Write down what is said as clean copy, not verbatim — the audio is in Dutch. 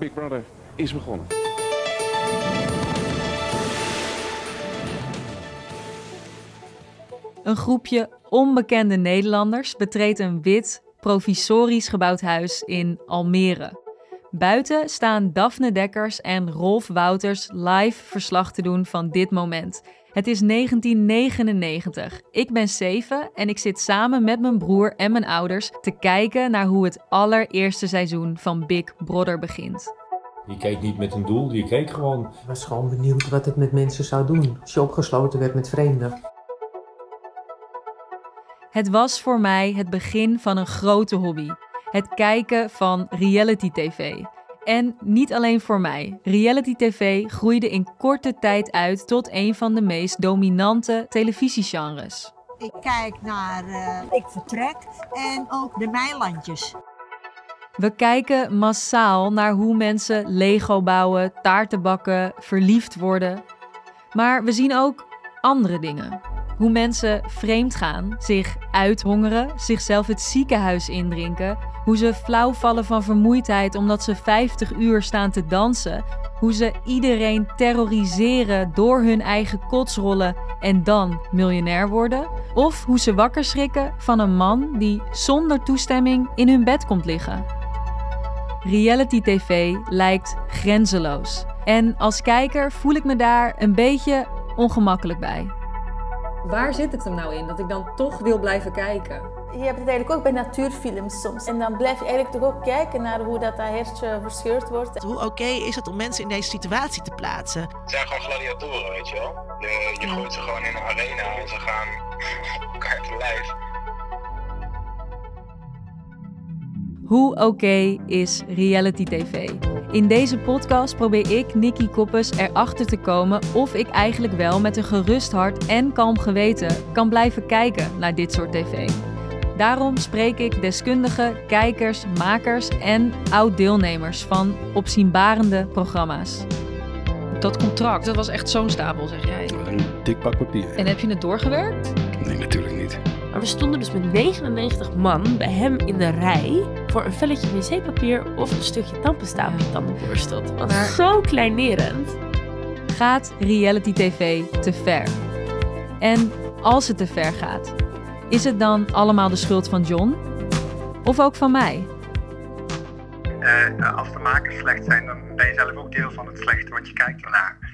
Big Brother is begonnen. Een groepje onbekende Nederlanders betreedt een wit, provisorisch gebouwd huis in Almere. Buiten staan Daphne Dekkers en Rolf Wouters live verslag te doen van dit moment. Het is 1999. Ik ben 7 en ik zit samen met mijn broer en mijn ouders te kijken naar hoe het allereerste seizoen van Big Brother begint. Je keek niet met een doel, je keek gewoon. Ik was gewoon benieuwd wat het met mensen zou doen als je opgesloten werd met vreemden. Het was voor mij het begin van een grote hobby. Het kijken van reality tv. En niet alleen voor mij. Reality tv groeide in korte tijd uit tot een van de meest dominante televisiegenres. Ik kijk naar Ik Vertrek en ook de Meilandjes. We kijken massaal naar hoe mensen Lego bouwen, taarten bakken, verliefd worden. Maar we zien ook andere dingen. Hoe mensen vreemd gaan, zich uithongeren, zichzelf het ziekenhuis indrinken. Hoe ze flauw vallen van vermoeidheid omdat ze 50 uur staan te dansen. Hoe ze iedereen terroriseren door hun eigen kotsrollen en dan miljonair worden. Of hoe ze wakker schrikken van een man die zonder toestemming in hun bed komt liggen. Reality tv lijkt grenzeloos. En als kijker voel ik me daar een beetje ongemakkelijk bij. Waar zit het hem nou in dat ik dan toch wil blijven kijken? Je hebt het eigenlijk ook bij natuurfilms soms. En dan blijf je eigenlijk toch ook kijken naar hoe dat hertje verscheurd wordt. Hoe oké is het om mensen in deze situatie te plaatsen? Het zijn gewoon gladiatoren, weet je wel. Je gooit ze gewoon in een arena en ze gaan elkaar te lijf. Hoe oké is reality tv? In deze podcast probeer ik, Nikki Koppes, erachter te komen of ik eigenlijk wel met een gerust hart en kalm geweten kan blijven kijken naar dit soort tv. Daarom spreek ik deskundigen, kijkers, makers en oud-deelnemers van opzienbarende programma's. Dat contract, dat was echt zo'n stapel, zeg jij. Een dik pak papier. En heb je het doorgewerkt? Nee, natuurlijk niet. Maar we stonden dus met 99 man bij hem in de rij voor een velletje wc-papier of een stukje tandpasta op je tandenborstel. Dat was zo kleinerend. Gaat reality tv te ver? En als het te ver gaat, is het dan allemaal de schuld van John? Of ook van mij? Als de makers slecht zijn, dan ben je zelf ook deel van het slechte, want je kijkt ernaar.